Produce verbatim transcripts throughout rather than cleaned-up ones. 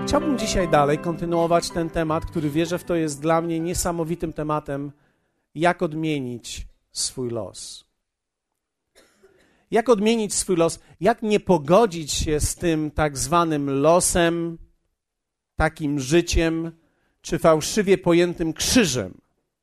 Chciałbym dzisiaj dalej kontynuować ten temat, który wierzę w to jest dla mnie niesamowitym tematem, jak odmienić swój los. Jak odmienić swój los, jak nie pogodzić się z tym tak zwanym losem, takim życiem, czy fałszywie pojętym krzyżem.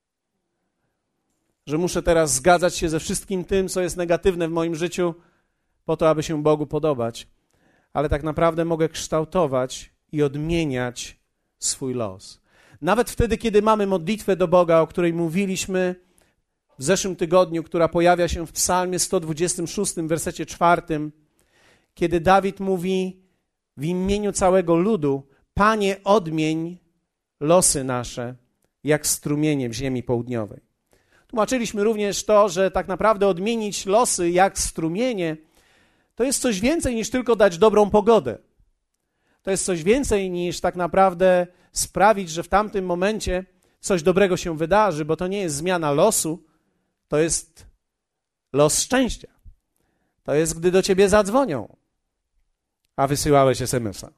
Że muszę teraz zgadzać się ze wszystkim tym, co jest negatywne w moim życiu, po to, aby się Bogu podobać. Ale tak naprawdę mogę kształtować i odmieniać swój los. Nawet wtedy, kiedy mamy modlitwę do Boga, o której mówiliśmy w zeszłym tygodniu, która pojawia się w Psalmie sto dwudziestym szóstym, w wersecie czwartym, kiedy Dawid mówi w imieniu całego ludu: Panie, odmień losy nasze, jak strumienie w ziemi południowej. Tłumaczyliśmy również to, że tak naprawdę odmienić losy jak strumienie to jest coś więcej niż tylko dać dobrą pogodę. To jest coś więcej niż tak naprawdę sprawić, że w tamtym momencie coś dobrego się wydarzy, bo to nie jest zmiana losu, to jest los szczęścia. To jest, gdy do ciebie zadzwonią, a wysyłałeś es em es a.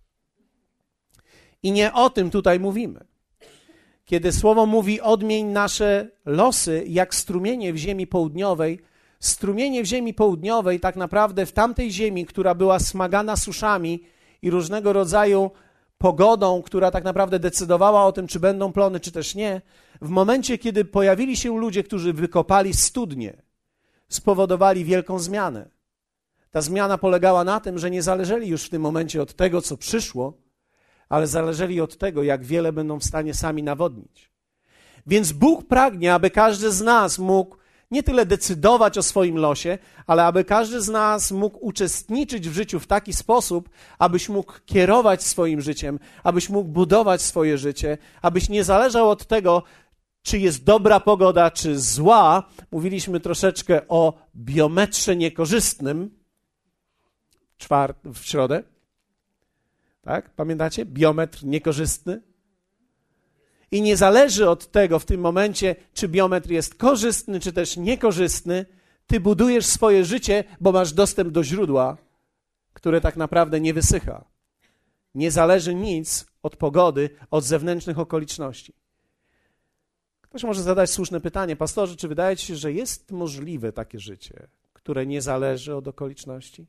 I nie o tym tutaj mówimy. Kiedy Słowo mówi: odmień nasze losy jak strumienie w ziemi południowej, strumienie w ziemi południowej tak naprawdę w tamtej ziemi, która była smagana suszami i różnego rodzaju pogodą, która tak naprawdę decydowała o tym, czy będą plony, czy też nie, w momencie, kiedy pojawili się ludzie, którzy wykopali studnie, spowodowali wielką zmianę. Ta zmiana polegała na tym, że nie zależeli już w tym momencie od tego, co przyszło, ale zależeli od tego, jak wiele będą w stanie sami nawodnić. Więc Bóg pragnie, aby każdy z nas mógł nie tyle decydować o swoim losie, ale aby każdy z nas mógł uczestniczyć w życiu w taki sposób, abyś mógł kierować swoim życiem, abyś mógł budować swoje życie, abyś nie zależał od tego, czy jest dobra pogoda, czy zła. Mówiliśmy troszeczkę o biometrze niekorzystnym czwart- w środę. Tak? Pamiętacie? Biometr niekorzystny. I nie zależy od tego w tym momencie, czy biometr jest korzystny, czy też niekorzystny. Ty budujesz swoje życie, bo masz dostęp do źródła, które tak naprawdę nie wysycha. Nie zależy nic od pogody, od zewnętrznych okoliczności. Ktoś może zadać słuszne pytanie: pastorze, czy wydaje ci się, że jest możliwe takie życie, które nie zależy od okoliczności?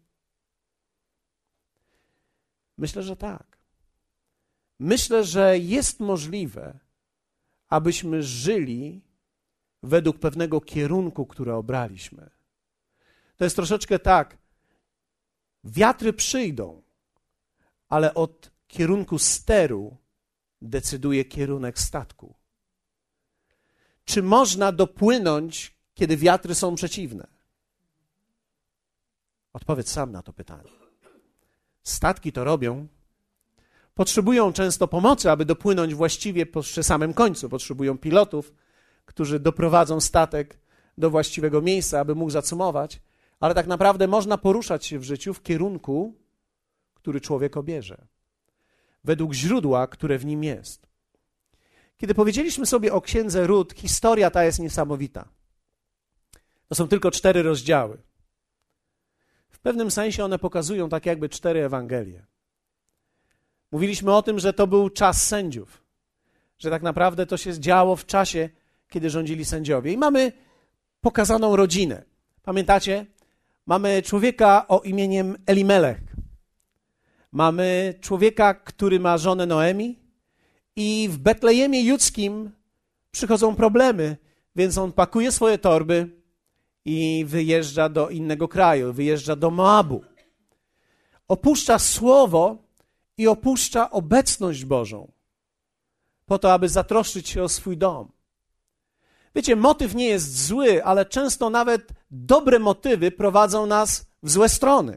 Myślę, że tak. Myślę, że jest możliwe, abyśmy żyli według pewnego kierunku, który obraliśmy. To jest troszeczkę tak, wiatry przyjdą, ale od kierunku steru decyduje kierunek statku. Czy można dopłynąć, kiedy wiatry są przeciwne? Odpowiedz sam na to pytanie. Statki to robią. Potrzebują często pomocy, aby dopłynąć właściwie przy samym końcu. Potrzebują pilotów, którzy doprowadzą statek do właściwego miejsca, aby mógł zacumować. Ale tak naprawdę można poruszać się w życiu w kierunku, który człowiek obierze. Według źródła, które w nim jest. Kiedy powiedzieliśmy sobie o księdze Rut, historia ta jest niesamowita. To są tylko cztery rozdziały. W pewnym sensie one pokazują tak jakby cztery Ewangelie. Mówiliśmy o tym, że to był czas sędziów, że tak naprawdę to się działo w czasie, kiedy rządzili sędziowie. I mamy pokazaną rodzinę. Pamiętacie? Mamy człowieka o imieniem Elimelech. Mamy człowieka, który ma żonę Noemi i w Betlejemie Judzkim przychodzą problemy, więc on pakuje swoje torby i wyjeżdża do innego kraju, wyjeżdża do Moabu. Opuszcza słowo i opuszcza obecność Bożą po to, aby zatroszczyć się o swój dom. Wiecie, motyw nie jest zły, ale często nawet dobre motywy prowadzą nas w złe strony.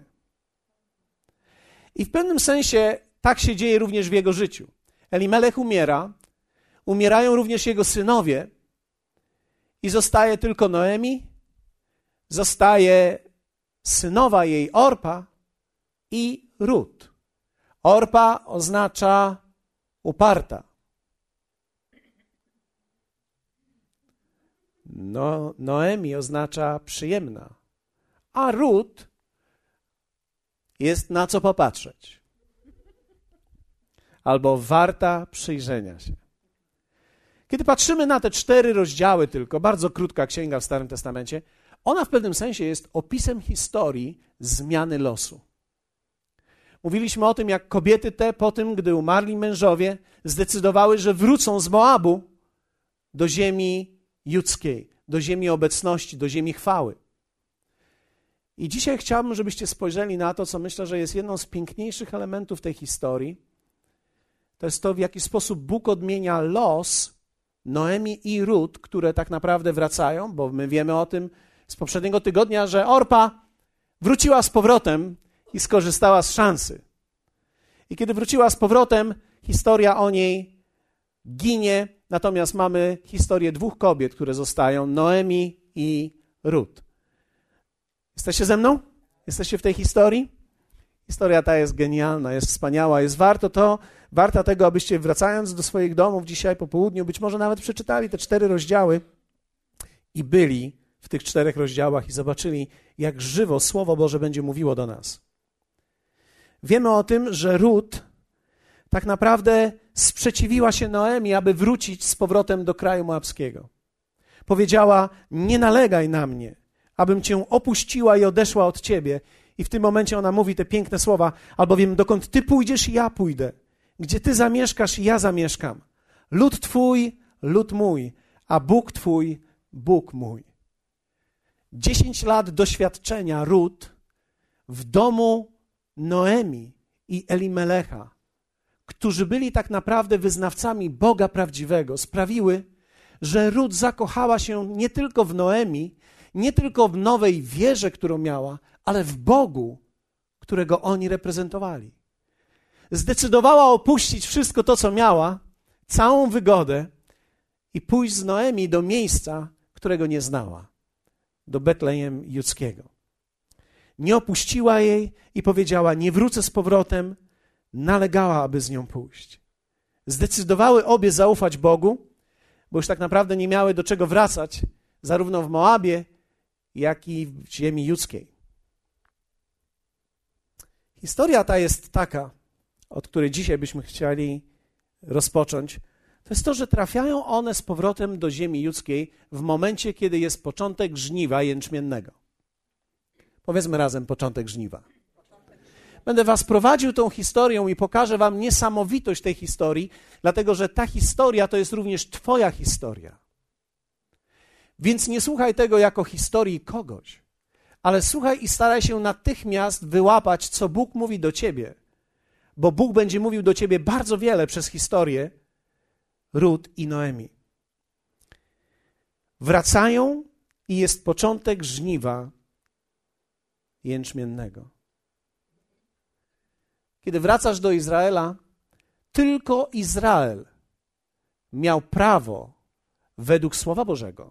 I w pewnym sensie tak się dzieje również w jego życiu. Elimelech umiera, umierają również jego synowie i zostaje tylko Noemi, zostaje synowa jej Orpa i Rut. Orpa oznacza uparta. No, Noemi oznacza przyjemna. A Rut jest na co popatrzeć. albo warta przyjrzenia się. Kiedy patrzymy na te cztery rozdziały tylko, bardzo krótka księga w Starym Testamencie, ona w pewnym sensie jest opisem historii zmiany losu. Mówiliśmy o tym, jak kobiety te po tym, gdy umarli mężowie, zdecydowały, że wrócą z Moabu do ziemi judzkiej, do ziemi obecności, do ziemi chwały. I dzisiaj chciałbym, żebyście spojrzeli na to, co myślę, że jest jedną z piękniejszych elementów tej historii. To jest to, w jaki sposób Bóg odmienia los Noemi i Rut, które tak naprawdę wracają, bo my wiemy o tym z poprzedniego tygodnia, że Orpa wróciła z powrotem i skorzystała z szansy. I kiedy wróciła z powrotem, historia o niej ginie, natomiast mamy historię dwóch kobiet, które zostają, Noemi i Rut. Jesteście ze mną? Jesteście w tej historii? Historia ta jest genialna, jest wspaniała, jest warto to, warta tego, abyście wracając do swoich domów dzisiaj po południu, być może nawet przeczytali te cztery rozdziały i byli w tych czterech rozdziałach i zobaczyli, jak żywo Słowo Boże będzie mówiło do nas. Wiemy o tym, że Rut tak naprawdę sprzeciwiła się Noemi, aby wrócić z powrotem do kraju moabskiego. Powiedziała, nie nalegaj na mnie, abym cię opuściła i odeszła od ciebie. I w tym momencie ona mówi te piękne słowa, albowiem dokąd ty pójdziesz, ja pójdę. Gdzie ty zamieszkasz, ja zamieszkam. Lud twój, lud mój, a Bóg twój, Bóg mój. Dziesięć lat doświadczenia Rut w domu Noemi i Elimelecha, którzy byli tak naprawdę wyznawcami Boga prawdziwego, sprawiły, że Rut zakochała się nie tylko w Noemi, nie tylko w nowej wierze, którą miała, ale w Bogu, którego oni reprezentowali. Zdecydowała opuścić wszystko to, co miała, całą wygodę i pójść z Noemi do miejsca, którego nie znała, do Betlejem Judzkiego. Nie opuściła jej i powiedziała, nie wrócę z powrotem, nalegała, aby z nią pójść. Zdecydowały obie zaufać Bogu, bo już tak naprawdę nie miały do czego wracać, zarówno w Moabie, jak i w ziemi judzkiej. Historia ta jest taka, od której dzisiaj byśmy chcieli rozpocząć. To jest to, że trafiają one z powrotem do ziemi judzkiej w momencie, kiedy jest początek żniwa jęczmiennego. Powiedzmy razem początek żniwa. Będę was prowadził tą historią i pokażę wam niesamowitość tej historii, dlatego że ta historia to jest również twoja historia. Więc nie słuchaj tego jako historii kogoś, ale słuchaj i staraj się natychmiast wyłapać, co Bóg mówi do ciebie, bo Bóg będzie mówił do ciebie bardzo wiele przez historię Rut i Noemi. Wracają i jest początek żniwa jęczmiennego. Kiedy wracasz do Izraela, tylko Izrael miał prawo według Słowa Bożego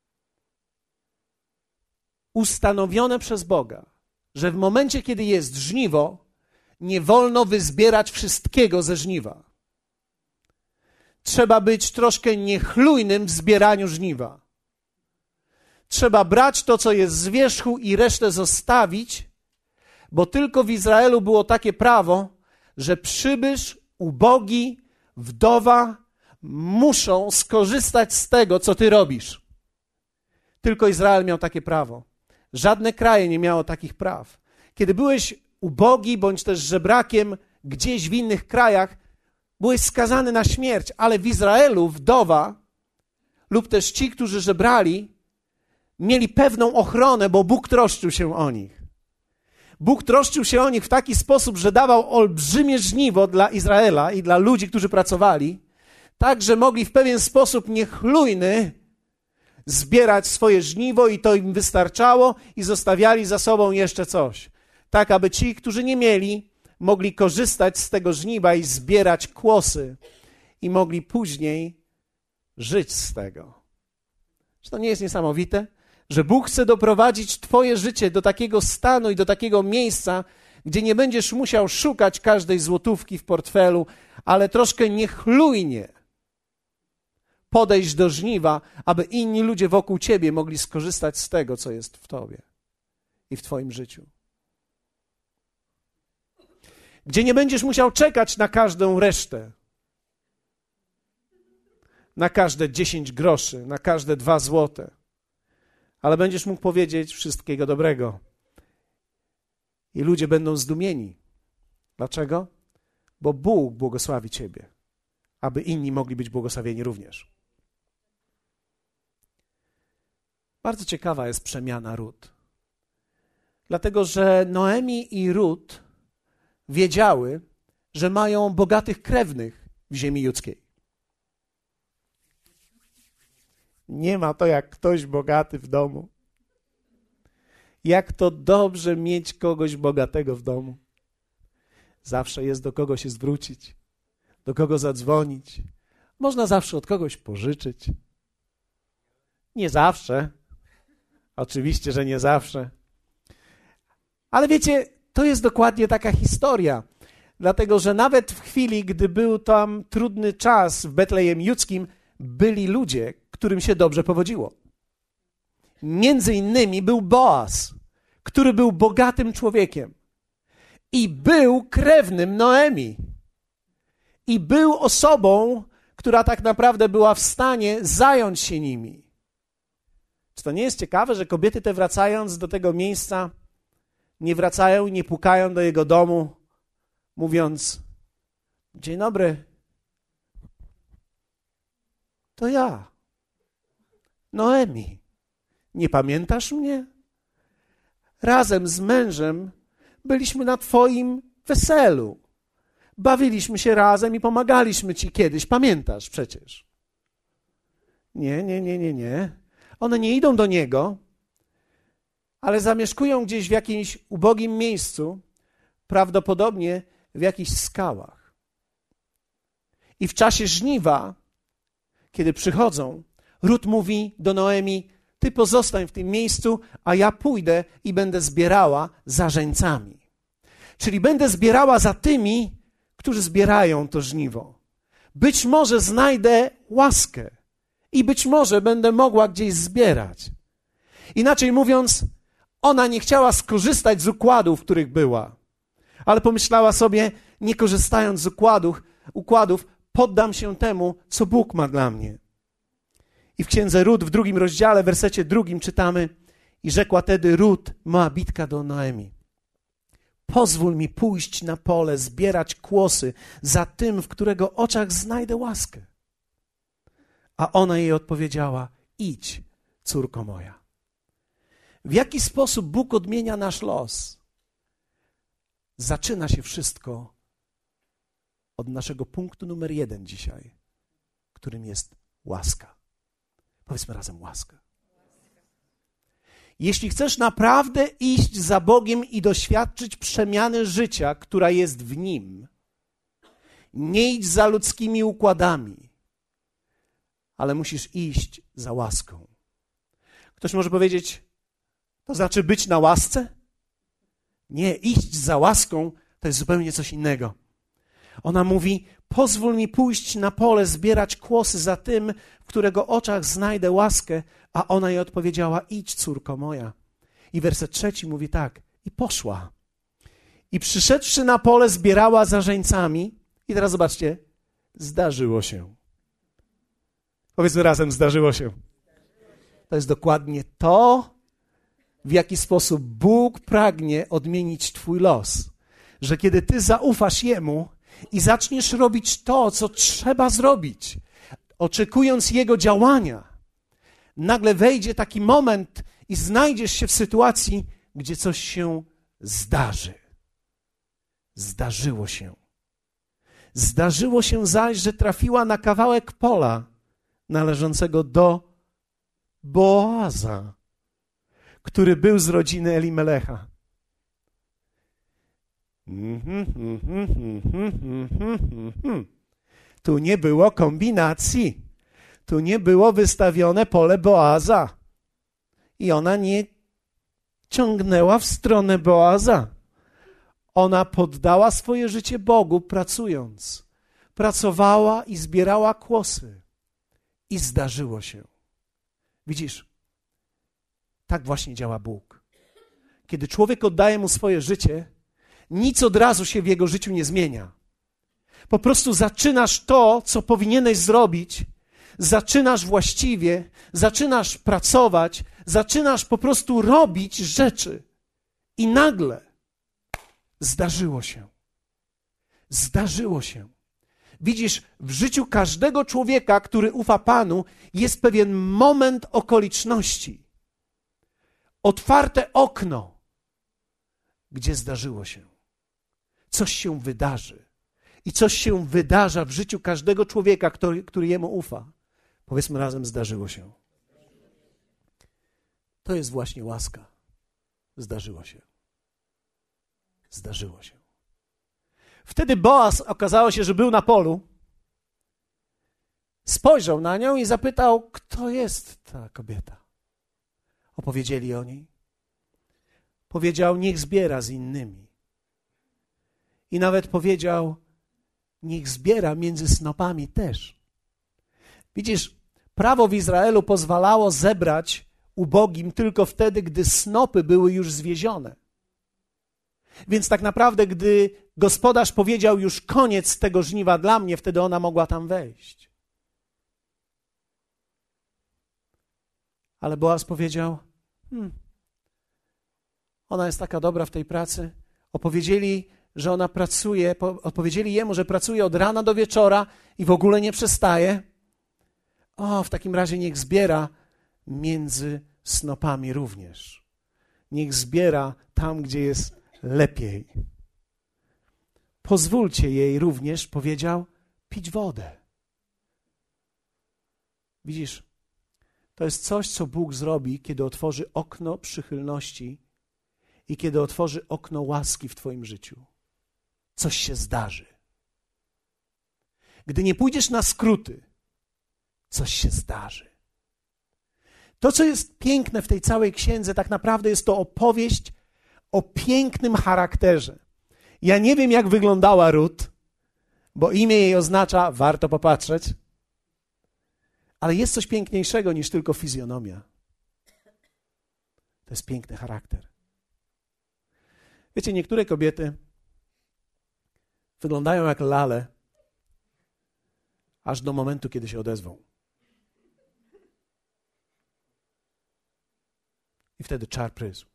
ustanowione przez Boga, że w momencie, kiedy jest żniwo, nie wolno wyzbierać wszystkiego ze żniwa. Trzeba być troszkę niechlujnym w zbieraniu żniwa. Trzeba brać to, co jest z wierzchu i resztę zostawić, bo tylko w Izraelu było takie prawo, że przybysz, ubogi, wdowa muszą skorzystać z tego, co ty robisz. Tylko Izrael miał takie prawo. Żadne kraje nie miało takich praw. Kiedy byłeś ubogi bądź też żebrakiem gdzieś w innych krajach, byłeś skazany na śmierć, ale w Izraelu wdowa lub też ci, którzy żebrali, mieli pewną ochronę, bo Bóg troszczył się o nich. Bóg troszczył się o nich w taki sposób, że dawał olbrzymie żniwo dla Izraela i dla ludzi, którzy pracowali, tak, że mogli w pewien sposób niechlujny zbierać swoje żniwo i to im wystarczało i zostawiali za sobą jeszcze coś. Tak, aby ci, którzy nie mieli, mogli korzystać z tego żniwa i zbierać kłosy i mogli później żyć z tego. Czy to nie jest niesamowite? Że Bóg chce doprowadzić twoje życie do takiego stanu i do takiego miejsca, gdzie nie będziesz musiał szukać każdej złotówki w portfelu, ale troszkę niechlujnie podejść do żniwa, aby inni ludzie wokół ciebie mogli skorzystać z tego, co jest w tobie i w twoim życiu. gdzie nie będziesz musiał czekać na każdą resztę, na każde dziesięć groszy, na każde dwa złote, ale będziesz mógł powiedzieć wszystkiego dobrego. I ludzie będą zdumieni. Dlaczego? Bo Bóg błogosławi ciebie, aby inni mogli być błogosławieni również. Bardzo ciekawa jest przemiana Rut. Dlatego, że Noemi i Rut wiedziały, że mają bogatych krewnych w ziemi judzkiej. Nie ma to jak ktoś bogaty w domu. Jak to dobrze mieć kogoś bogatego w domu. Zawsze jest do kogo się zwrócić, do kogo zadzwonić. Można zawsze od kogoś pożyczyć. Nie zawsze. Oczywiście, że nie zawsze. Ale wiecie, to jest dokładnie taka historia. Dlatego, że nawet w chwili, gdy był tam trudny czas w Betlejem Judzkim, byli ludzie, którym się dobrze powodziło. Między innymi był Boaz, który był bogatym człowiekiem i był krewnym Noemi. I był osobą, która tak naprawdę była w stanie zająć się nimi. Czy to nie jest ciekawe, że kobiety te, wracając do tego miejsca, nie wracają i nie pukają do jego domu, mówiąc: dzień dobry, to ja, Noemi. Nie pamiętasz mnie? Razem z mężem byliśmy na twoim weselu. Bawiliśmy się razem i pomagaliśmy ci kiedyś. Pamiętasz przecież. Nie, nie, nie, nie, nie. One nie idą do niego, ale zamieszkują gdzieś w jakimś ubogim miejscu, prawdopodobnie w jakichś skałach. I w czasie żniwa, kiedy przychodzą, Rut mówi do Noemi: ty pozostań w tym miejscu, a ja pójdę i będę zbierała za żeńcami. Czyli będę zbierała za tymi, którzy zbierają to żniwo. Być może znajdę łaskę i być może będę mogła gdzieś zbierać. Inaczej mówiąc, ona nie chciała skorzystać z układów, w których była, ale pomyślała sobie: nie korzystając z układów, układów, poddam się temu, co Bóg ma dla mnie. I w księdze Rut w drugim rozdziale, w wersecie drugim czytamy: i rzekła tedy Rut, Moabitka, do Noemi: pozwól mi pójść na pole, zbierać kłosy za tym, w którego oczach znajdę łaskę. A ona jej odpowiedziała: idź, córko moja. W jaki sposób Bóg odmienia nasz los? Zaczyna się wszystko od naszego punktu numer jeden dzisiaj, którym jest łaska. Powiedzmy razem: łaska. Jeśli chcesz naprawdę iść za Bogiem i doświadczyć przemiany życia, która jest w Nim, nie idź za ludzkimi układami, ale musisz iść za łaską. Ktoś może powiedzieć: to znaczy być na łasce? Nie, iść za łaską to jest zupełnie coś innego. Ona mówi: pozwól mi pójść na pole, zbierać kłosy za tym, w którego oczach znajdę łaskę. A ona jej odpowiedziała: idź, córko moja. I werset trzeci mówi tak: i poszła. I przyszedłszy na pole, zbierała za żeńcami. I teraz zobaczcie, zdarzyło się. Powiedzmy razem: zdarzyło się. To jest dokładnie to, w jaki sposób Bóg pragnie odmienić twój los. Że kiedy ty zaufasz Jemu i zaczniesz robić to, co trzeba zrobić, oczekując Jego działania, nagle wejdzie taki moment i znajdziesz się w sytuacji, gdzie coś się zdarzy. Zdarzyło się. Zdarzyło się zaś, że trafiła na kawałek pola należącego do Boaza, który był z rodziny Elimelecha. Tu nie było kombinacji. Tu nie było wystawione pole Boaza. I ona nie ciągnęła w stronę Boaza. Ona poddała swoje życie Bogu, pracując. Pracowała i zbierała kłosy. I zdarzyło się. Widzisz, tak właśnie działa Bóg. Kiedy człowiek oddaje Mu swoje życie, nic od razu się w jego życiu nie zmienia. Po prostu zaczynasz to, co powinieneś zrobić, zaczynasz właściwie, zaczynasz pracować, zaczynasz po prostu robić rzeczy. I nagle zdarzyło się. Zdarzyło się. Widzisz, w życiu każdego człowieka, który ufa Panu, jest pewien moment okoliczności. Otwarte okno, gdzie zdarzyło się. Coś się wydarzy. I coś się wydarza w życiu każdego człowieka, który, który Jemu ufa. Powiedzmy razem, zdarzyło się. To jest właśnie łaska. Zdarzyło się. Zdarzyło się. Wtedy Boaz okazało się, że był na polu. Spojrzał na nią i zapytał, kto jest ta kobieta. Opowiedzieli o niej. Powiedział, niech zbiera z innymi. I nawet powiedział, niech zbiera między snopami też. Widzisz, prawo w Izraelu pozwalało zebrać ubogim tylko wtedy, gdy snopy były już zwiezione. Więc tak naprawdę, gdy gospodarz powiedział już koniec tego żniwa dla mnie, wtedy ona mogła tam wejść. Ale Boaz powiedział, hmm, ona jest taka dobra w tej pracy. Opowiedzieli, że ona pracuje, opowiedzieli jemu, że pracuje od rana do wieczora i w ogóle nie przestaje. O, w takim razie niech zbiera między snopami również. Niech zbiera tam, gdzie jest lepiej. Pozwólcie jej również, powiedział, pić wodę. Widzisz, to jest coś, co Bóg zrobi, kiedy otworzy okno przychylności i kiedy otworzy okno łaski w twoim życiu. Coś się zdarzy. Gdy nie pójdziesz na skróty, coś się zdarzy. To, co jest piękne w tej całej księdze, tak naprawdę jest to opowieść o pięknym charakterze. Ja nie wiem, jak wyglądała Rut, bo imię jej oznacza warto popatrzeć, ale jest coś piękniejszego niż tylko fizjonomia. To jest piękny charakter. Wiecie, niektóre kobiety wyglądają jak lale, aż do momentu, kiedy się odezwą. I wtedy czar pryzm.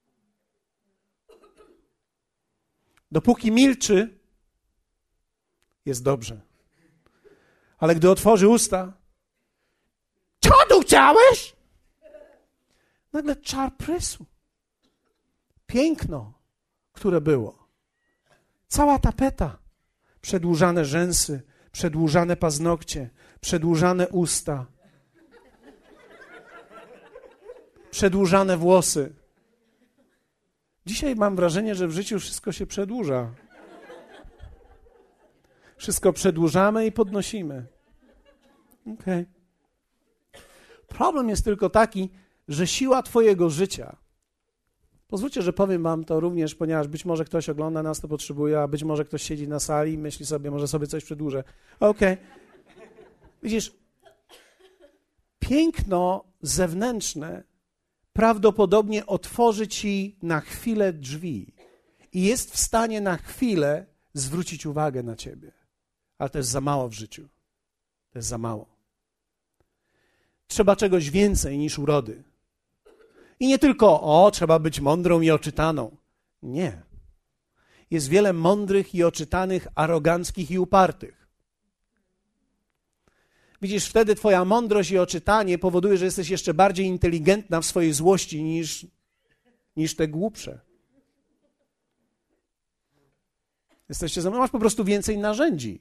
Dopóki milczy, jest dobrze. Ale gdy otworzy usta, co tu chciałeś? Nagle czar prysł. Piękno, które było. Cała tapeta. Przedłużane rzęsy, przedłużane paznokcie, przedłużane usta, przedłużane włosy. Dzisiaj mam wrażenie, że w życiu wszystko się przedłuża. Wszystko przedłużamy i podnosimy. Okej. Problem jest tylko taki, że siła twojego życia, pozwólcie, że powiem wam to również, ponieważ być może ktoś ogląda nas, to potrzebuje, a być może ktoś siedzi na sali i myśli sobie, może sobie coś przedłużę. Okej. Widzisz, piękno zewnętrzne prawdopodobnie otworzy ci na chwilę drzwi i jest w stanie na chwilę zwrócić uwagę na ciebie. Ale to jest za mało w życiu. To jest za mało. Trzeba czegoś więcej niż urody. I nie tylko, o, trzeba być mądrą i oczytaną. Nie. Jest wiele mądrych i oczytanych, aroganckich i upartych. Widzisz, wtedy twoja mądrość i oczytanie powoduje, że jesteś jeszcze bardziej inteligentna w swojej złości niż, niż te głupsze. Jesteście ze mną? Masz po prostu więcej narzędzi.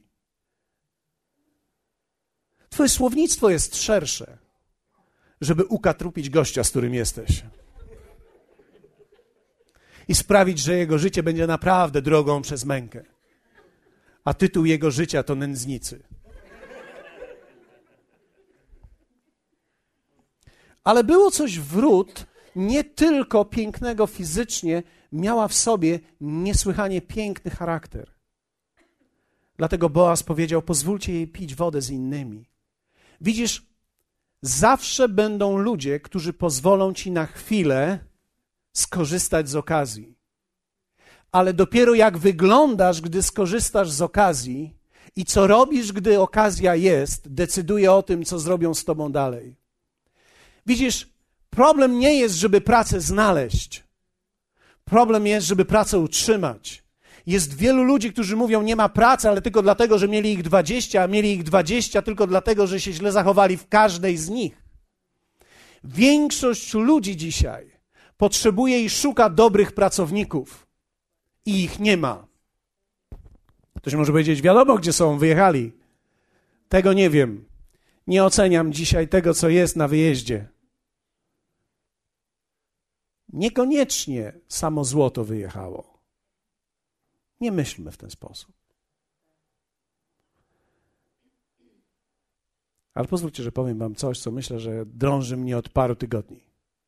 Twoje słownictwo jest szersze, żeby ukatrupić gościa, z którym jesteś. I sprawić, że jego życie będzie naprawdę drogą przez mękę. A tytuł jego życia to nędznicy. Ale było coś w Rut, nie tylko pięknego fizycznie, miała w sobie niesłychanie piękny charakter. Dlatego Boaz powiedział, pozwólcie jej pić wodę z innymi. Widzisz, zawsze będą ludzie, którzy pozwolą ci na chwilę skorzystać z okazji. ale dopiero jak wyglądasz, gdy skorzystasz z okazji i co robisz, gdy okazja jest, decyduje o tym, co zrobią z tobą dalej. Widzisz, problem nie jest, żeby pracę znaleźć. Problem jest, żeby pracę utrzymać. Jest wielu ludzi, którzy mówią, nie ma pracy, ale tylko dlatego, że mieli ich dwadzieścia, a mieli ich dwadzieścia tylko dlatego, że się źle zachowali w każdej z nich. Większość ludzi dzisiaj potrzebuje i szuka dobrych pracowników i ich nie ma. Ktoś może powiedzieć, wiadomo, gdzie są, wyjechali. Tego nie wiem. Nie oceniam dzisiaj tego, co jest na wyjeździe. Niekoniecznie samo złoto wyjechało. Nie myślmy w ten sposób. Ale pozwólcie, że powiem wam coś, co myślę, że drąży mnie od paru tygodni.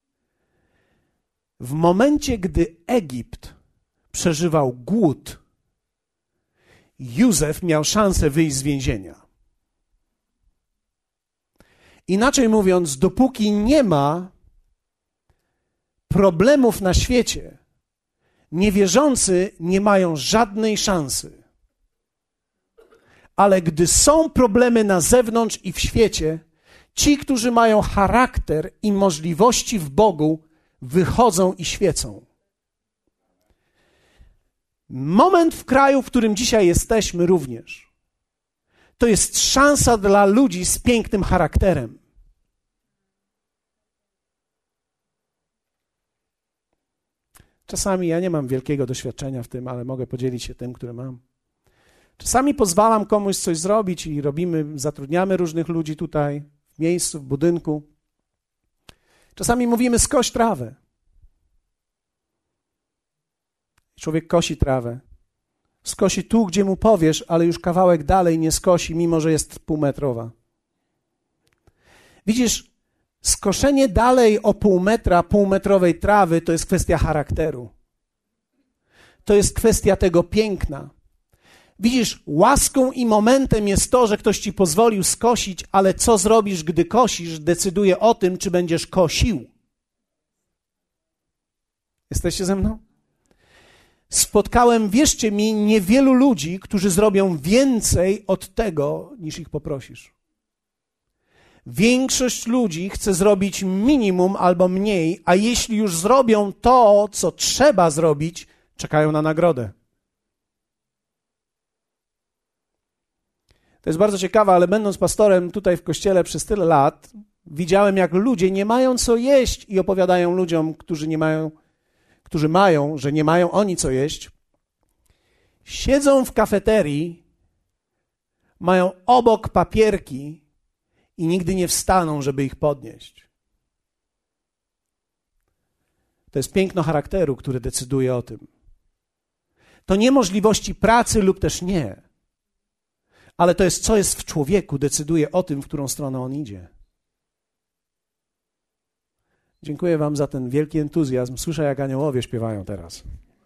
W momencie, gdy Egipt przeżywał głód, Józef miał szansę wyjść z więzienia. Inaczej mówiąc, dopóki nie ma problemów na świecie, niewierzący nie mają żadnej szansy. Ale gdy są problemy na zewnątrz i w świecie, ci, którzy mają charakter i możliwości w Bogu, wychodzą i świecą. Moment w kraju, w którym dzisiaj jesteśmy również, to jest szansa dla ludzi z pięknym charakterem. Czasami ja nie mam wielkiego doświadczenia w tym, ale mogę podzielić się tym, które mam. Czasami pozwalam komuś coś zrobić i robimy, zatrudniamy różnych ludzi tutaj, w miejscu, w budynku. Czasami mówimy, skoś trawę. Człowiek kosi trawę. Skosi tu, gdzie mu powiesz, ale już kawałek dalej nie skosi, mimo że jest półmetrowa. Widzisz, skoszenie dalej o pół metra półmetrowej trawy to jest kwestia charakteru. To jest kwestia tego piękna. Widzisz, łaską i momentem jest to, że ktoś ci pozwolił skosić, ale co zrobisz, gdy kosisz, decyduje o tym, czy będziesz kosił. Jesteście ze mną? Spotkałem, wierzcie mi, niewielu ludzi, którzy zrobią więcej od tego, niż ich poprosisz. Większość ludzi chce zrobić minimum albo mniej, a jeśli już zrobią to, co trzeba zrobić, czekają na nagrodę. To jest bardzo ciekawe, ale będąc pastorem tutaj w kościele przez tyle lat, widziałem, jak ludzie nie mają co jeść i opowiadają ludziom, którzy nie mają, którzy mają, że nie mają oni co jeść. Siedzą w kafeterii, mają obok papierki i nigdy nie wstaną, żeby ich podnieść. To jest piękno charakteru, który decyduje o tym. To nie możliwości pracy lub też nie. Ale to jest, co jest w człowieku, decyduje o tym, w którą stronę on idzie. Dziękuję wam za ten wielki entuzjazm. Słyszę, jak aniołowie śpiewają teraz.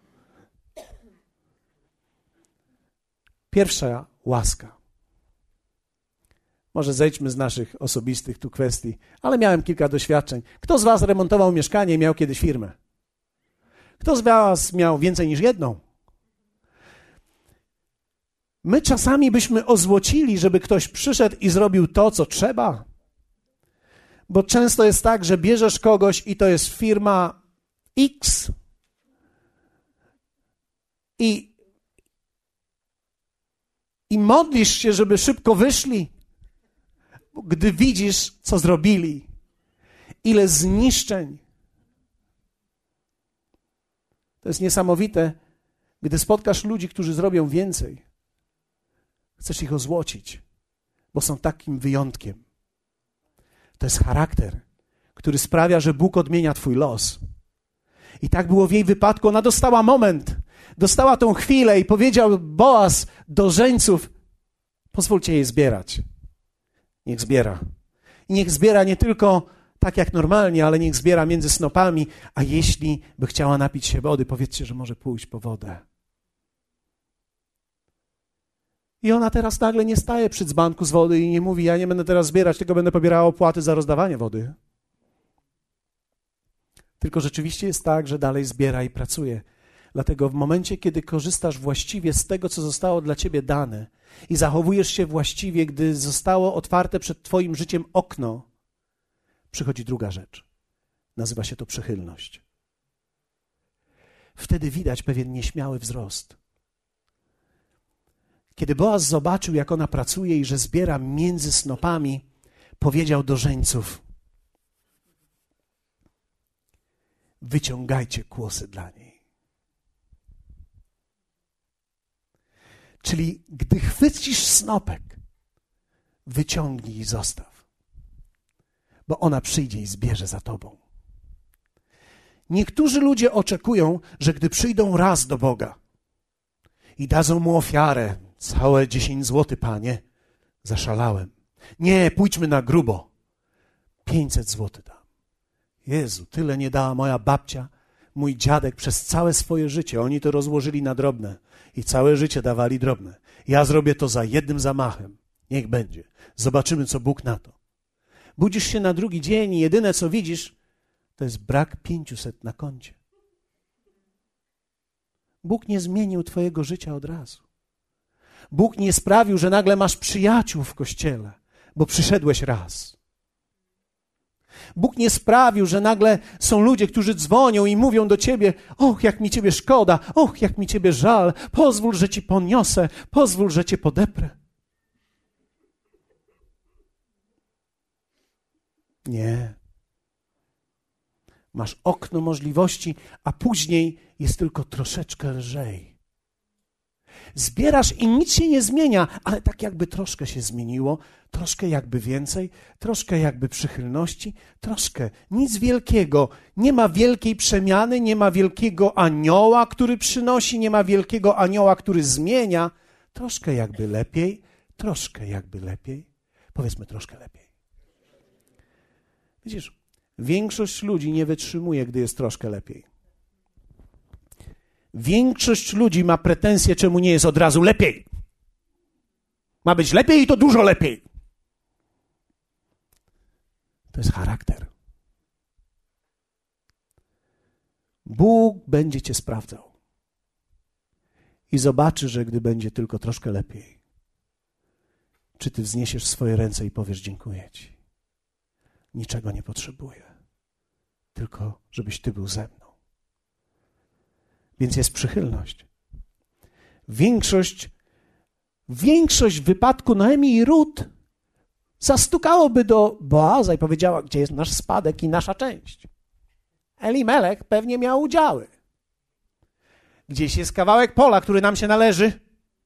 Pierwsza łaska. Może zejdźmy z naszych osobistych tu kwestii, ale miałem kilka doświadczeń. Kto z was remontował mieszkanie i miał kiedyś firmę? Kto z was miał więcej niż jedną? My czasami byśmy ozłocili, żeby ktoś przyszedł i zrobił to, co trzeba. Bo często jest tak, że bierzesz kogoś i to jest firma X i, i modlisz się, żeby szybko wyszli, gdy widzisz, co zrobili. Ile zniszczeń. To jest niesamowite, gdy spotkasz ludzi, którzy zrobią więcej. Chcesz ich ozłocić, bo są takim wyjątkiem. To jest charakter, który sprawia, że Bóg odmienia twój los. I tak było w jej wypadku. Ona dostała moment, dostała tą chwilę i powiedział Boaz do żeńców, pozwólcie jej zbierać. Niech zbiera. I niech zbiera nie tylko tak jak normalnie, ale niech zbiera między snopami, a jeśli by chciała napić się wody, powiedzcie, że może pójść po wodę. I ona teraz nagle nie staje przy dzbanku z wody i nie mówi, ja nie będę teraz zbierać, tylko będę pobierała opłaty za rozdawanie wody. Tylko rzeczywiście jest tak, że dalej zbiera i pracuje. Dlatego w momencie, kiedy korzystasz właściwie z tego, co zostało dla ciebie dane i zachowujesz się właściwie, gdy zostało otwarte przed twoim życiem okno, przychodzi druga rzecz. Nazywa się to przychylność. Wtedy widać pewien nieśmiały wzrost. Kiedy Boaz zobaczył, jak ona pracuje i że zbiera między snopami, powiedział do żeńców: wyciągajcie kłosy dla niej. Czyli gdy chwycisz snopek, wyciągnij i zostaw, bo ona przyjdzie i zbierze za tobą. Niektórzy ludzie oczekują, że gdy przyjdą raz do Boga i dadzą mu ofiarę, całe dziesięć złotych, Panie, zaszalałem. Nie, pójdźmy na grubo. pięćset złotych dam. Jezu, tyle nie dała moja babcia, mój dziadek przez całe swoje życie. Oni to rozłożyli na drobne i całe życie dawali drobne. Ja zrobię to za jednym zamachem. Niech będzie. Zobaczymy, co Bóg na to. Budzisz się na drugi dzień i jedyne, co widzisz, to jest brak pięciuset na koncie. Bóg nie zmienił twojego życia od razu. Bóg nie sprawił, że nagle masz przyjaciół w kościele, bo przyszedłeś raz. Bóg nie sprawił, że nagle są ludzie, którzy dzwonią i mówią do ciebie: och, jak mi ciebie szkoda, och, jak mi ciebie żal, pozwól, że ci poniosę, pozwól, że cię podeprę. Nie. Masz okno możliwości, a później jest tylko troszeczkę lżej. Zbierasz i nic się nie zmienia, ale tak jakby troszkę się zmieniło, troszkę jakby więcej, troszkę jakby przychylności, troszkę, nic wielkiego. Nie ma wielkiej przemiany, nie ma wielkiego anioła, który przynosi, nie ma wielkiego anioła, który zmienia. Troszkę jakby lepiej, troszkę jakby lepiej. Powiedzmy troszkę lepiej. Widzisz, większość ludzi nie wytrzymuje, gdy jest troszkę lepiej. Większość ludzi ma pretensje, czemu nie jest od razu lepiej. Ma być lepiej i to dużo lepiej. To jest charakter. Bóg będzie cię sprawdzał. I zobaczy, że gdy będzie tylko troszkę lepiej, czy ty wzniesiesz swoje ręce i powiesz: dziękuję ci. Niczego nie potrzebuję. Tylko żebyś ty był ze mną. Więc jest przychylność. Większość, większość w wypadku Noemi i Rut zastukałoby do Boaza i powiedziała: gdzie jest nasz spadek i nasza część? Elimelech pewnie miał udziały. Gdzieś jest kawałek pola, który nam się należy.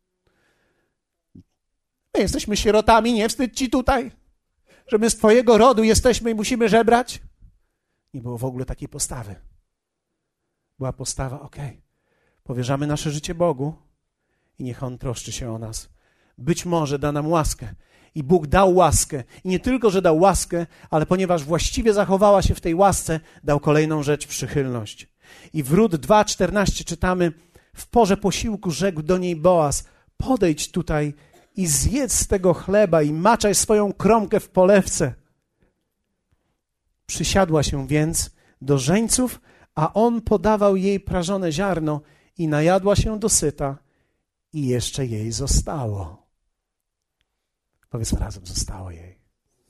My jesteśmy sierotami, nie wstydź ci tutaj, że my z twojego rodu jesteśmy i musimy żebrać. Nie było w ogóle takiej postawy. Była postawa: okej, okay, powierzamy nasze życie Bogu i niech On troszczy się o nas. Być może da nam łaskę. I Bóg dał łaskę. I nie tylko, że dał łaskę, ale ponieważ właściwie zachowała się w tej łasce, dał kolejną rzecz: przychylność. I w Rut dwa czternaście czytamy: w porze posiłku rzekł do niej Boaz: podejdź tutaj i zjedz z tego chleba i maczaj swoją kromkę w polewce. Przysiadła się więc do żeńców, a on podawał jej prażone ziarno i najadła się dosyta i jeszcze jej zostało. Powiedzmy razem: zostało jej.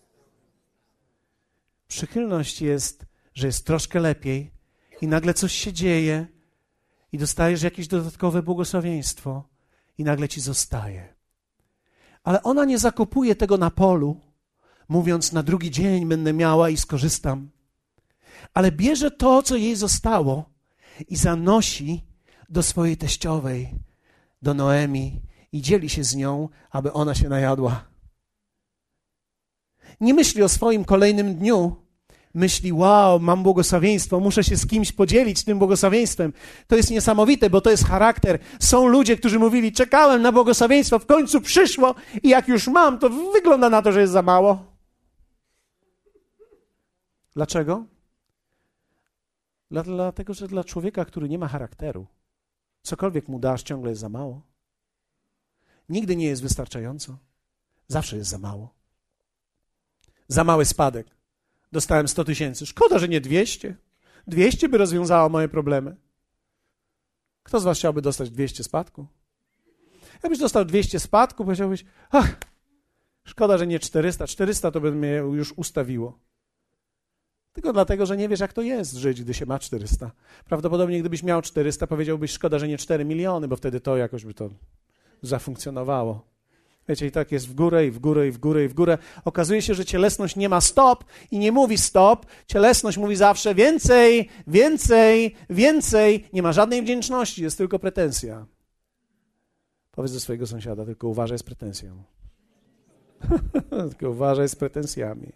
Przychylność jest, że jest troszkę lepiej i nagle coś się dzieje i dostajesz jakieś dodatkowe błogosławieństwo i nagle ci zostaje. Ale ona nie zakopuje tego na polu, mówiąc: na drugi dzień będę miała i skorzystam. Ale bierze to, co jej zostało i zanosi do swojej teściowej, do Noemi i dzieli się z nią, aby ona się najadła. Nie myśli o swoim kolejnym dniu. Myśli: wow, mam błogosławieństwo, muszę się z kimś podzielić tym błogosławieństwem. To jest niesamowite, bo to jest charakter. Są ludzie, którzy mówili: czekałem na błogosławieństwo, w końcu przyszło i jak już mam, to wygląda na to, że jest za mało. Dlaczego? Dlatego, że dla człowieka, który nie ma charakteru, cokolwiek mu dasz, ciągle jest za mało. Nigdy nie jest wystarczająco. Zawsze jest za mało. Za mały spadek. Dostałem sto tysięcy. Szkoda, że nie dwieście. dwieście by rozwiązało moje problemy. Kto z was chciałby dostać dwieście spadku? Jakbyś dostał dwieście spadku, powiedziałbyś, ach, szkoda, że nie czterysta. czterysta to by mnie już ustawiło. Tylko dlatego, że nie wiesz, jak to jest żyć, gdy się ma czterysta. Prawdopodobnie gdybyś miał czterysta, powiedziałbyś, szkoda, że nie cztery miliony, bo wtedy to jakoś by to zafunkcjonowało. Wiecie, i tak jest w górę, i w górę, i w górę, i w górę. Okazuje się, że cielesność nie ma stop i nie mówi stop. Cielesność mówi zawsze więcej, więcej, więcej. Nie ma żadnej wdzięczności, jest tylko pretensja. Powiedz do swojego sąsiada, tylko uważaj z pretensją. Tylko uważaj z pretensjami.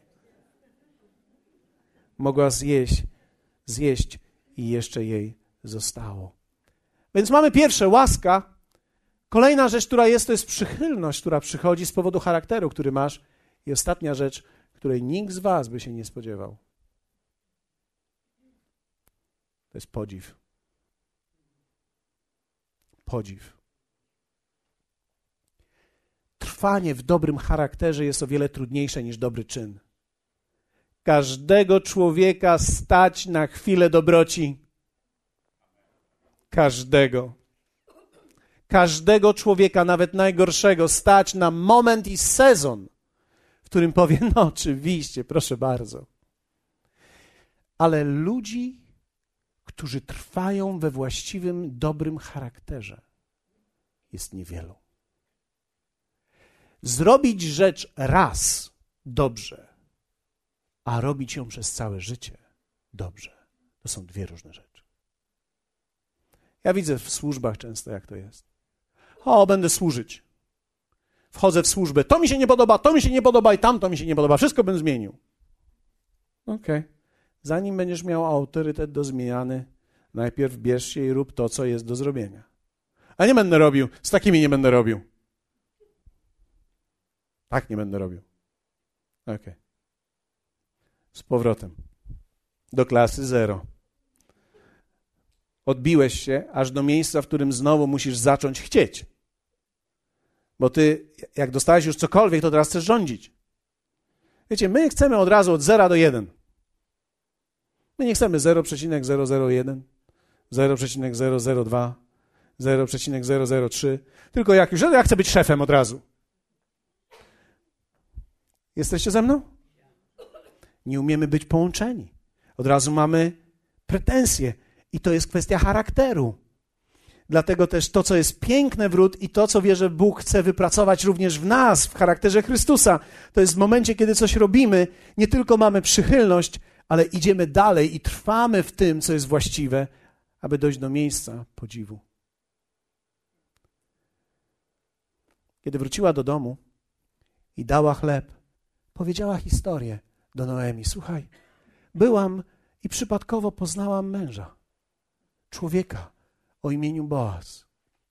Mogła zjeść, zjeść i jeszcze jej zostało. Więc mamy pierwsze, łaska. Kolejna rzecz, która jest, to jest przychylność, która przychodzi z powodu charakteru, który masz. I ostatnia rzecz, której nikt z was by się nie spodziewał. To jest podziw. Podziw. Trwanie w dobrym charakterze jest o wiele trudniejsze niż dobry czyn. Każdego człowieka stać na chwilę dobroci. Każdego. Każdego człowieka, nawet najgorszego, stać na moment i sezon, w którym powie, no oczywiście, proszę bardzo. Ale ludzi, którzy trwają we właściwym, dobrym charakterze, jest niewielu. Zrobić rzecz raz dobrze, a robić ją przez całe życie dobrze, to są dwie różne rzeczy. Ja widzę w służbach często, jak to jest. O, będę służyć. Wchodzę w służbę. To mi się nie podoba, to mi się nie podoba i tamto mi się nie podoba. Wszystko bym zmienił. Okej. Okay. Zanim będziesz miał autorytet do zmiany, najpierw bierz się i rób to, co jest do zrobienia. A nie będę robił. Z takimi nie będę robił. Tak nie będę robił. Okej. Okay. Z powrotem. Do klasy zero. Odbiłeś się aż do miejsca, w którym znowu musisz zacząć chcieć. Bo ty, jak dostałeś już cokolwiek, to teraz chcesz rządzić. Wiecie, my chcemy od razu od zera do jeden. My nie chcemy zero przecinek zero zero jeden, zero przecinek zero zero dwa, zero przecinek zero zero trzy. Tylko jak już, ja chcę być szefem od razu. Jesteście ze mną? Nie umiemy być połączeni. Od razu mamy pretensje. I to jest kwestia charakteru. Dlatego też to, co jest piękne wrót i to, co wierzę, Bóg chce wypracować również w nas, w charakterze Chrystusa, to jest w momencie, kiedy coś robimy, nie tylko mamy przychylność, ale idziemy dalej i trwamy w tym, co jest właściwe, aby dojść do miejsca podziwu. Kiedy wróciła do domu i dała chleb, powiedziała historię do Noemi. Słuchaj, byłam i przypadkowo poznałam męża, człowieka o imieniu Boaz.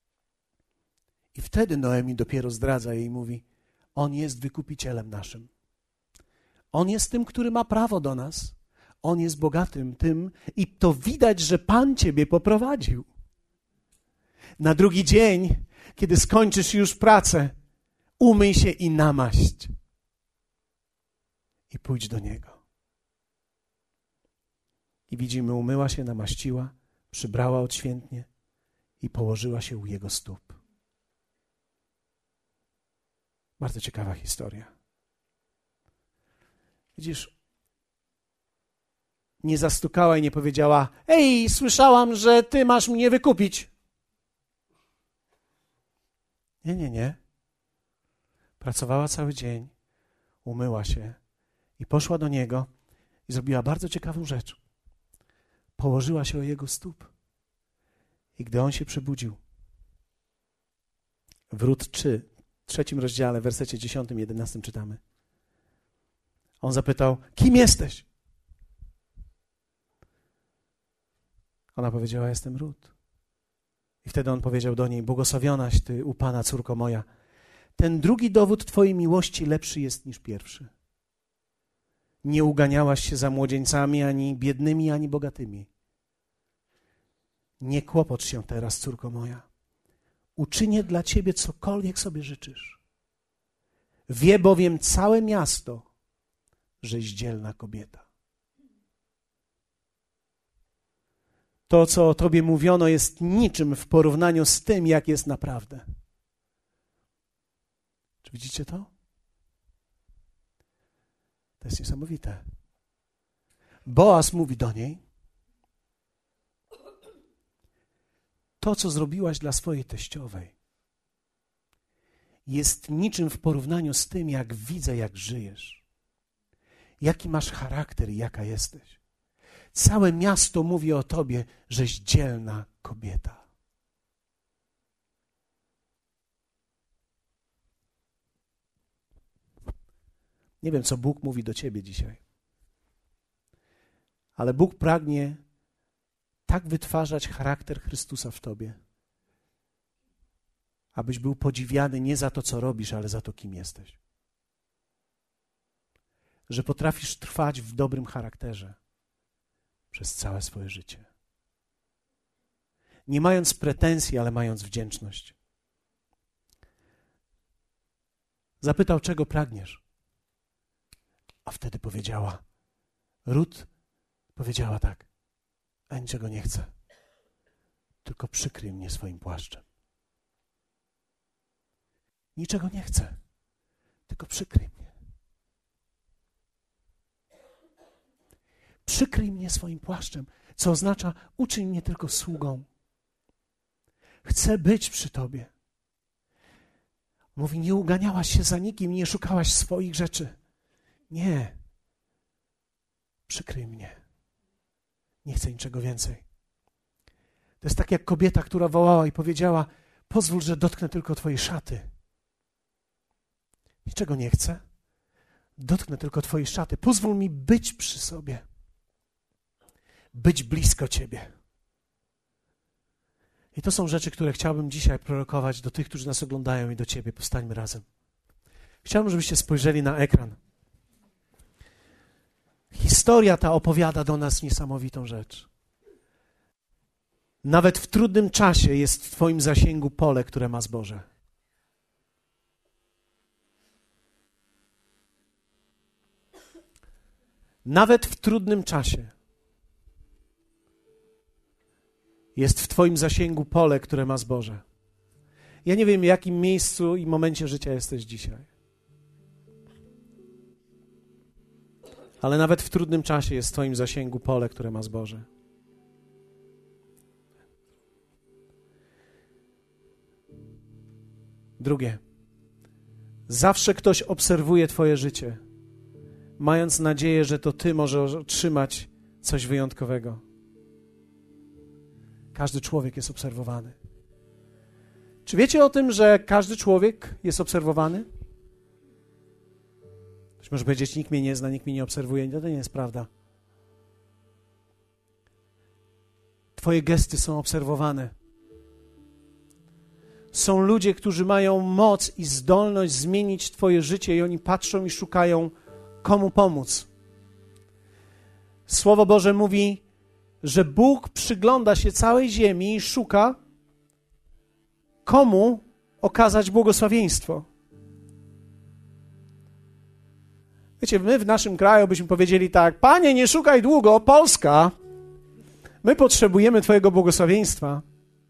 I wtedy Noemi dopiero zdradza jej i mówi, on jest wykupicielem naszym. On jest tym, który ma prawo do nas. On jest bogatym tym i to widać, że Pan ciebie poprowadził. Na drugi dzień, kiedy skończysz już pracę, umyj się i namaść. I pójdź do Niego. I widzimy, umyła się, namaściła, przybrała odświętnie i położyła się u Jego stóp. Bardzo ciekawa historia. Widzisz, nie zastukała i nie powiedziała, ej, słyszałam, że ty masz mnie wykupić. Nie, nie, nie. Pracowała cały dzień, umyła się i poszła do Niego i zrobiła bardzo ciekawą rzecz. Położyła się o Jego stóp. I gdy On się przebudził, w Rut trzy, trzecim rozdziale, w wersecie dziesiątym, jedenastym czytamy. On zapytał, kim jesteś? Ona powiedziała, jestem Rut. I wtedy on powiedział do niej, błogosławionaś ty u Pana, córko moja. Ten drugi dowód twojej miłości lepszy jest niż pierwszy. Nie uganiałaś się za młodzieńcami, ani biednymi, ani bogatymi. Nie kłopocz się teraz, córko moja. Uczynię dla ciebie cokolwiek sobie życzysz. Wie bowiem całe miasto, żeś dzielna kobieta. To, co o tobie mówiono, jest niczym w porównaniu z tym, jak jest naprawdę. Czy widzicie to? To jest niesamowite. Boaz mówi do niej: to, co zrobiłaś dla swojej teściowej, jest niczym w porównaniu z tym, jak widzę, jak żyjesz. Jaki masz charakter i jaka jesteś. Całe miasto mówi o tobie, żeś dzielna kobieta. Nie wiem, co Bóg mówi do ciebie dzisiaj, ale Bóg pragnie tak wytwarzać charakter Chrystusa w tobie, abyś był podziwiany nie za to, co robisz, ale za to, kim jesteś. Że potrafisz trwać w dobrym charakterze przez całe swoje życie. Nie mając pretensji, ale mając wdzięczność. Zapytał, czego pragniesz? A wtedy powiedziała, Rut powiedziała tak: a niczego nie chcę, tylko przykryj mnie swoim płaszczem. Niczego nie chcę, tylko przykryj mnie. Przykryj mnie swoim płaszczem, co oznacza uczyń mnie tylko sługą. Chcę być przy Tobie. Mówi, nie uganiałaś się za nikim, nie szukałaś swoich rzeczy. Nie. Przykryj mnie. Nie chcę niczego więcej. To jest tak jak kobieta, która wołała i powiedziała, pozwól, że dotknę tylko Twojej szaty. Niczego nie chcę. Dotknę tylko Twojej szaty. Pozwól mi być przy sobie. Być blisko Ciebie. I to są rzeczy, które chciałbym dzisiaj prorokować do tych, którzy nas oglądają i do Ciebie. Powstańmy razem. Chciałbym, żebyście spojrzeli na ekran. Historia ta opowiada do nas niesamowitą rzecz. Nawet w trudnym czasie jest w Twoim zasięgu pole, które ma zboże. Nawet w trudnym czasie jest w Twoim zasięgu pole, które ma zboże. Ja nie wiem, w jakim miejscu i momencie życia jesteś dzisiaj. Ale nawet w trudnym czasie jest w Twoim zasięgu pole, które ma zboże. Drugie. Zawsze ktoś obserwuje Twoje życie, mając nadzieję, że to Ty możesz otrzymać coś wyjątkowego. Każdy człowiek jest obserwowany. Czy wiecie o tym, że każdy człowiek jest obserwowany? Ktoś może powiedzieć, nikt mnie nie zna, nikt mnie nie obserwuje. No to nie jest prawda. Twoje gesty są obserwowane. Są ludzie, którzy mają moc i zdolność zmienić Twoje życie i oni patrzą i szukają, komu pomóc. Słowo Boże mówi, że Bóg przygląda się całej ziemi i szuka, komu okazać błogosławieństwo. Wiecie, my w naszym kraju byśmy powiedzieli tak, Panie, nie szukaj długo, Polska, my potrzebujemy Twojego błogosławieństwa.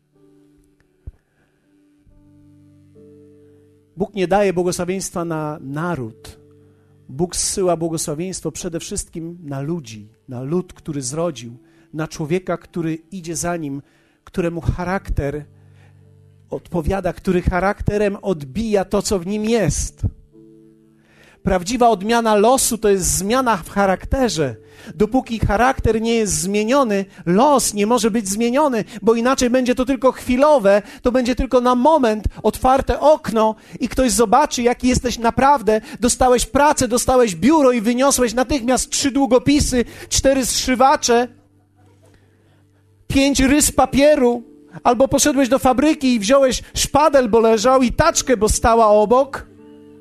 Bóg nie daje błogosławieństwa na naród. Bóg zsyła błogosławieństwo przede wszystkim na ludzi, na lud, który zrodził, na człowieka, który idzie za nim, któremu charakter odpowiada, który charakterem odbija to, co w nim jest. Prawdziwa odmiana losu to jest zmiana w charakterze. Dopóki charakter nie jest zmieniony, los nie może być zmieniony, bo inaczej będzie to tylko chwilowe, to będzie tylko na moment otwarte okno i ktoś zobaczy, jaki jesteś naprawdę. Dostałeś pracę, dostałeś biuro i wyniosłeś natychmiast trzy długopisy, cztery zszywacze, pięć rys papieru, albo poszedłeś do fabryki i wziąłeś szpadel, bo leżał, i taczkę, bo stała obok.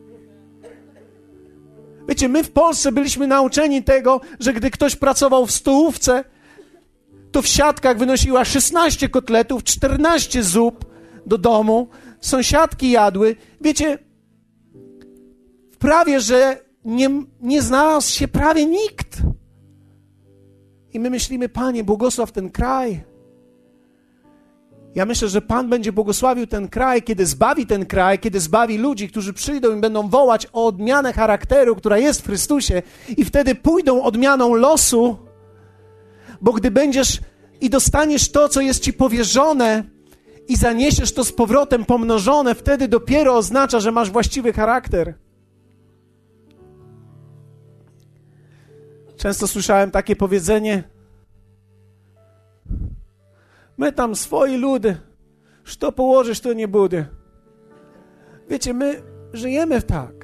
Wiecie, my w Polsce byliśmy nauczeni tego, że gdy ktoś pracował w stołówce, to w siatkach wynosiła szesnaście kotletów, czternaście zup do domu, sąsiadki jadły. Wiecie, prawie, że nie, nie znalazł się prawie nikt. I my myślimy, Panie, błogosław ten kraj. Ja myślę, że Pan będzie błogosławił ten kraj, kiedy zbawi ten kraj, kiedy zbawi ludzi, którzy przyjdą i będą wołać o odmianę charakteru, która jest w Chrystusie, i wtedy pójdą odmianą losu, bo gdy będziesz i dostaniesz to, co jest ci powierzone, i zaniesiesz to z powrotem pomnożone, wtedy dopiero oznacza, że masz właściwy charakter. Często słyszałem takie powiedzenie: my tam swoi ludy, co położysz, to nie bude. Wiecie, my żyjemy w tak.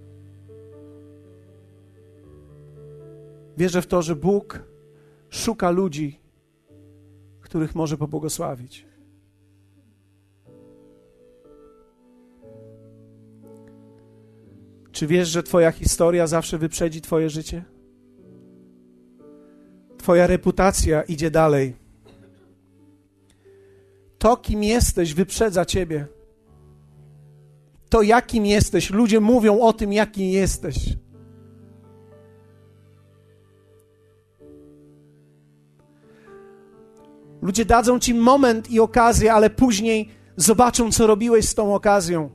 Wierzę w to, że Bóg szuka ludzi, których może pobłogosławić. Czy wiesz, że twoja historia zawsze wyprzedzi twoje życie? Twoja reputacja idzie dalej. To, kim jesteś, wyprzedza ciebie. To, jakim jesteś, ludzie mówią o tym, jakim jesteś. Ludzie dadzą ci moment i okazję, ale później zobaczą, co robiłeś z tą okazją.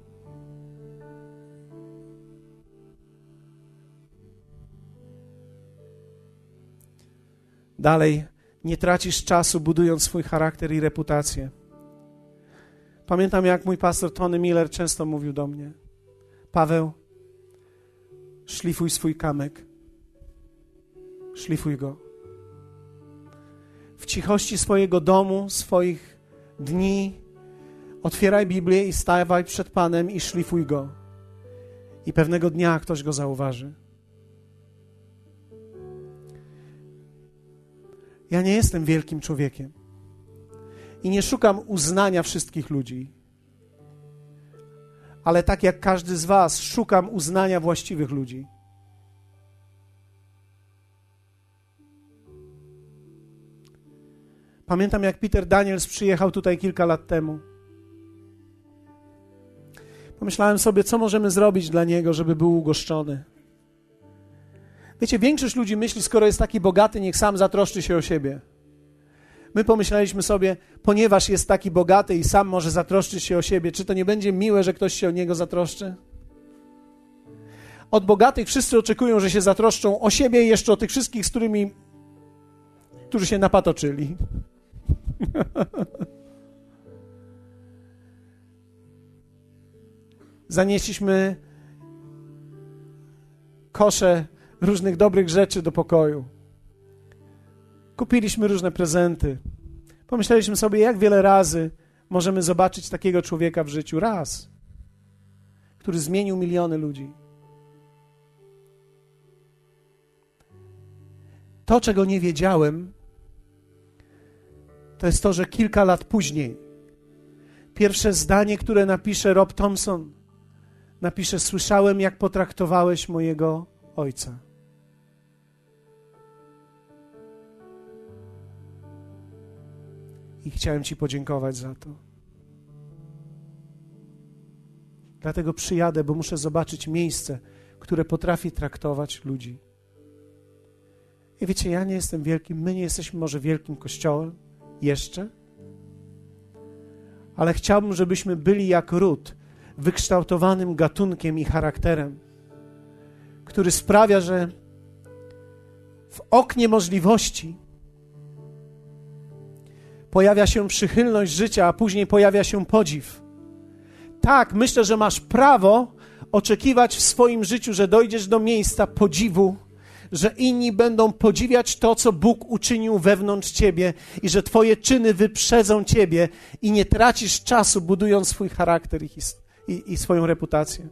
Dalej, nie tracisz czasu, budując swój charakter i reputację. Pamiętam, jak mój pastor Tony Miller często mówił do mnie: Paweł, szlifuj swój kamyk. Szlifuj go. W cichości swojego domu, swoich dni otwieraj Biblię i stawaj przed Panem i szlifuj go. I pewnego dnia ktoś go zauważy. Ja nie jestem wielkim człowiekiem i nie szukam uznania wszystkich ludzi, ale tak jak każdy z was, szukam uznania właściwych ludzi. Pamiętam, jak Peter Daniels przyjechał tutaj kilka lat temu. Pomyślałem sobie, co możemy zrobić dla niego, żeby był ugoszczony. Wiecie, większość ludzi myśli, skoro jest taki bogaty, niech sam zatroszczy się o siebie. My pomyśleliśmy sobie, ponieważ jest taki bogaty i sam może zatroszczyć się o siebie, czy to nie będzie miłe, że ktoś się o niego zatroszczy? Od bogatych wszyscy oczekują, że się zatroszczą o siebie i jeszcze o tych wszystkich, z którymi, którzy się napatoczyli. Zanieśliśmy kosze różnych dobrych rzeczy do pokoju. Kupiliśmy różne prezenty. Pomyśleliśmy sobie, jak wiele razy możemy zobaczyć takiego człowieka w życiu. Raz, który zmienił miliony ludzi. To, czego nie wiedziałem, to jest to, że kilka lat później pierwsze zdanie, które napisze Rob Thompson, napisze: słyszałem, jak potraktowałeś mojego ojca. I chciałem ci podziękować za to. Dlatego przyjadę, bo muszę zobaczyć miejsce, które potrafi traktować ludzi. I wiecie, ja nie jestem wielkim, my nie jesteśmy może wielkim kościołem jeszcze, ale chciałbym, żebyśmy byli jak Rut, wykształtowanym gatunkiem i charakterem, który sprawia, że w oknie możliwości pojawia się przychylność życia, a później pojawia się podziw. Tak, myślę, że masz prawo oczekiwać w swoim życiu, że dojdziesz do miejsca podziwu, że inni będą podziwiać to, co Bóg uczynił wewnątrz ciebie i że twoje czyny wyprzedzą ciebie i nie tracisz czasu, budując swój charakter i, his- i, i swoją reputację.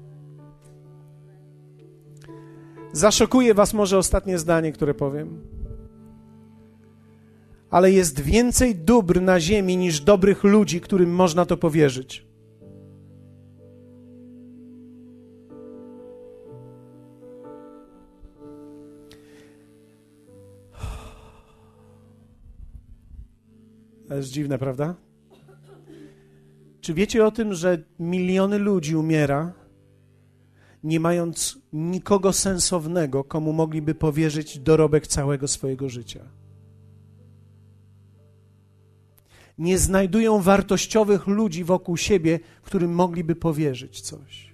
Zaszokuje was może ostatnie zdanie, które powiem. Ale jest więcej dóbr na ziemi niż dobrych ludzi, którym można to powierzyć. To jest dziwne, prawda? Czy wiecie o tym, że miliony ludzi umiera, nie mając nikogo sensownego, komu mogliby powierzyć dorobek całego swojego życia? nie znajdują wartościowych ludzi wokół siebie, którym mogliby powierzyć coś.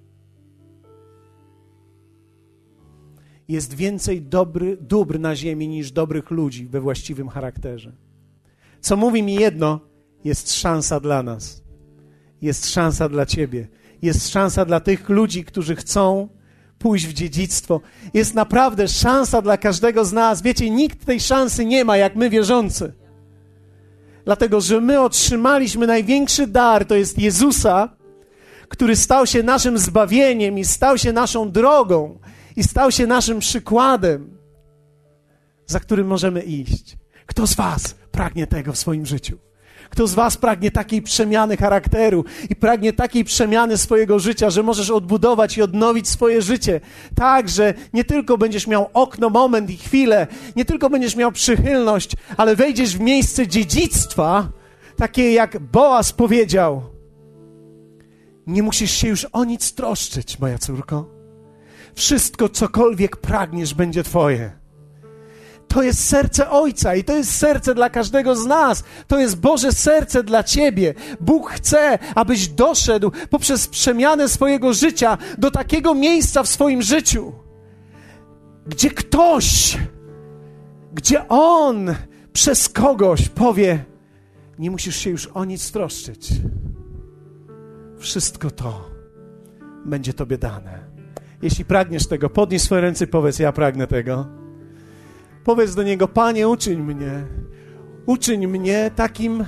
Jest więcej dobry, dóbr na ziemi niż dobrych ludzi we właściwym charakterze. Co mówi mi jedno, jest szansa dla nas. Jest szansa dla ciebie. Jest szansa dla tych ludzi, którzy chcą pójść w dziedzictwo. Jest naprawdę szansa dla każdego z nas. Wiecie, nikt tej szansy nie ma, jak my wierzący. Dlatego, że my otrzymaliśmy największy dar, to jest Jezusa, który stał się naszym zbawieniem i stał się naszą drogą i stał się naszym przykładem, za którym możemy iść. Kto z was pragnie tego w swoim życiu? Kto z was pragnie takiej przemiany charakteru i pragnie takiej przemiany swojego życia, że możesz odbudować i odnowić swoje życie tak, że nie tylko będziesz miał okno, moment i chwilę, nie tylko będziesz miał przychylność, ale wejdziesz w miejsce dziedzictwa, takie jak Boaz powiedział. Nie musisz się już o nic troszczyć, moja córko. Wszystko, cokolwiek pragniesz, będzie twoje. To jest serce Ojca i to jest serce dla każdego z nas. To jest Boże serce dla ciebie. Bóg chce, abyś doszedł poprzez przemianę swojego życia do takiego miejsca w swoim życiu, gdzie ktoś, gdzie On przez kogoś powie, nie musisz się już o nic troszczyć. Wszystko to będzie tobie dane. Jeśli pragniesz tego, podnieś swoje ręce i powiedz, ja pragnę tego. Powiedz do Niego, Panie, uczyń mnie, uczyń mnie takim,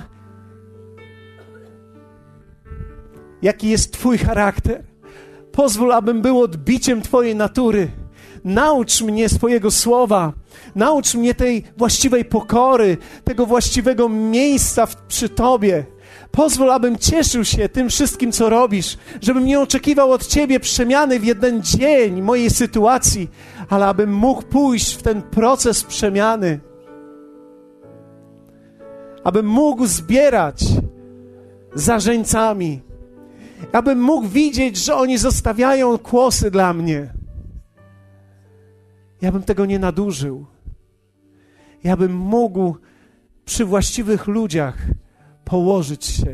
jaki jest Twój charakter. Pozwól, abym był odbiciem Twojej natury. Naucz mnie swojego słowa, naucz mnie tej właściwej pokory, tego właściwego miejsca w, przy Tobie. Pozwól, abym cieszył się tym wszystkim, co robisz, żebym nie oczekiwał od Ciebie przemiany w jeden dzień mojej sytuacji, ale abym mógł pójść w ten proces przemiany. Abym mógł zbierać za żeńcami. Abym mógł widzieć, że oni zostawiają kłosy dla mnie. Ja bym tego nie nadużył. Ja bym mógł przy właściwych ludziach położyć się,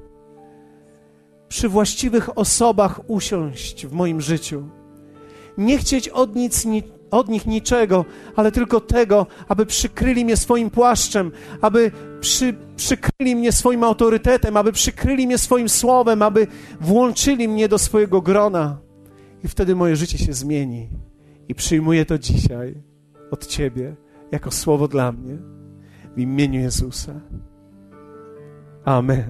przy właściwych osobach usiąść w moim życiu. Nie chcieć od, nic, od nich niczego, ale tylko tego, aby przykryli mnie swoim płaszczem, aby przy, przykryli mnie swoim autorytetem, aby przykryli mnie swoim słowem, aby włączyli mnie do swojego grona. I wtedy moje życie się zmieni. I przyjmuję to dzisiaj od Ciebie jako słowo dla mnie w imieniu Jezusa. Amen.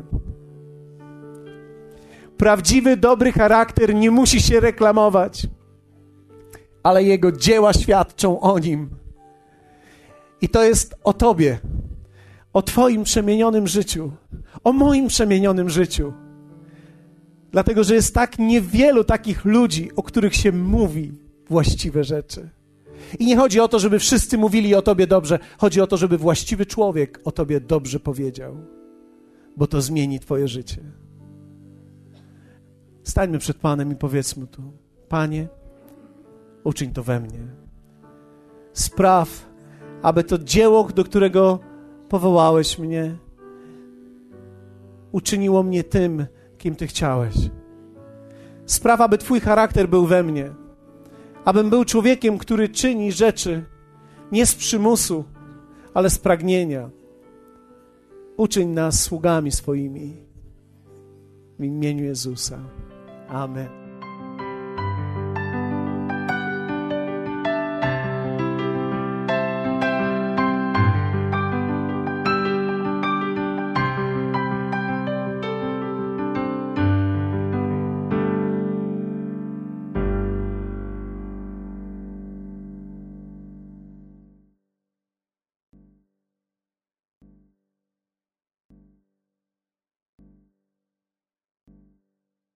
Prawdziwy, dobry charakter nie musi się reklamować, ale jego dzieła świadczą o nim. I to jest o Tobie, o Twoim przemienionym życiu, o moim przemienionym życiu. Dlatego, że jest tak niewielu takich ludzi, o których się mówi właściwe rzeczy. I nie chodzi o to, żeby wszyscy mówili o Tobie dobrze, chodzi o to, żeby właściwy człowiek o Tobie dobrze powiedział, bo to zmieni Twoje życie. Stańmy przed Panem i powiedzmy tu, Panie, uczyń to we mnie. Spraw, aby to dzieło, do którego powołałeś mnie, uczyniło mnie tym, kim Ty chciałeś. Spraw, aby Twój charakter był we mnie. Abym był człowiekiem, który czyni rzeczy nie z przymusu, ale z pragnienia. Uczyń nas sługami swoimi. W imieniu Jezusa. Amen.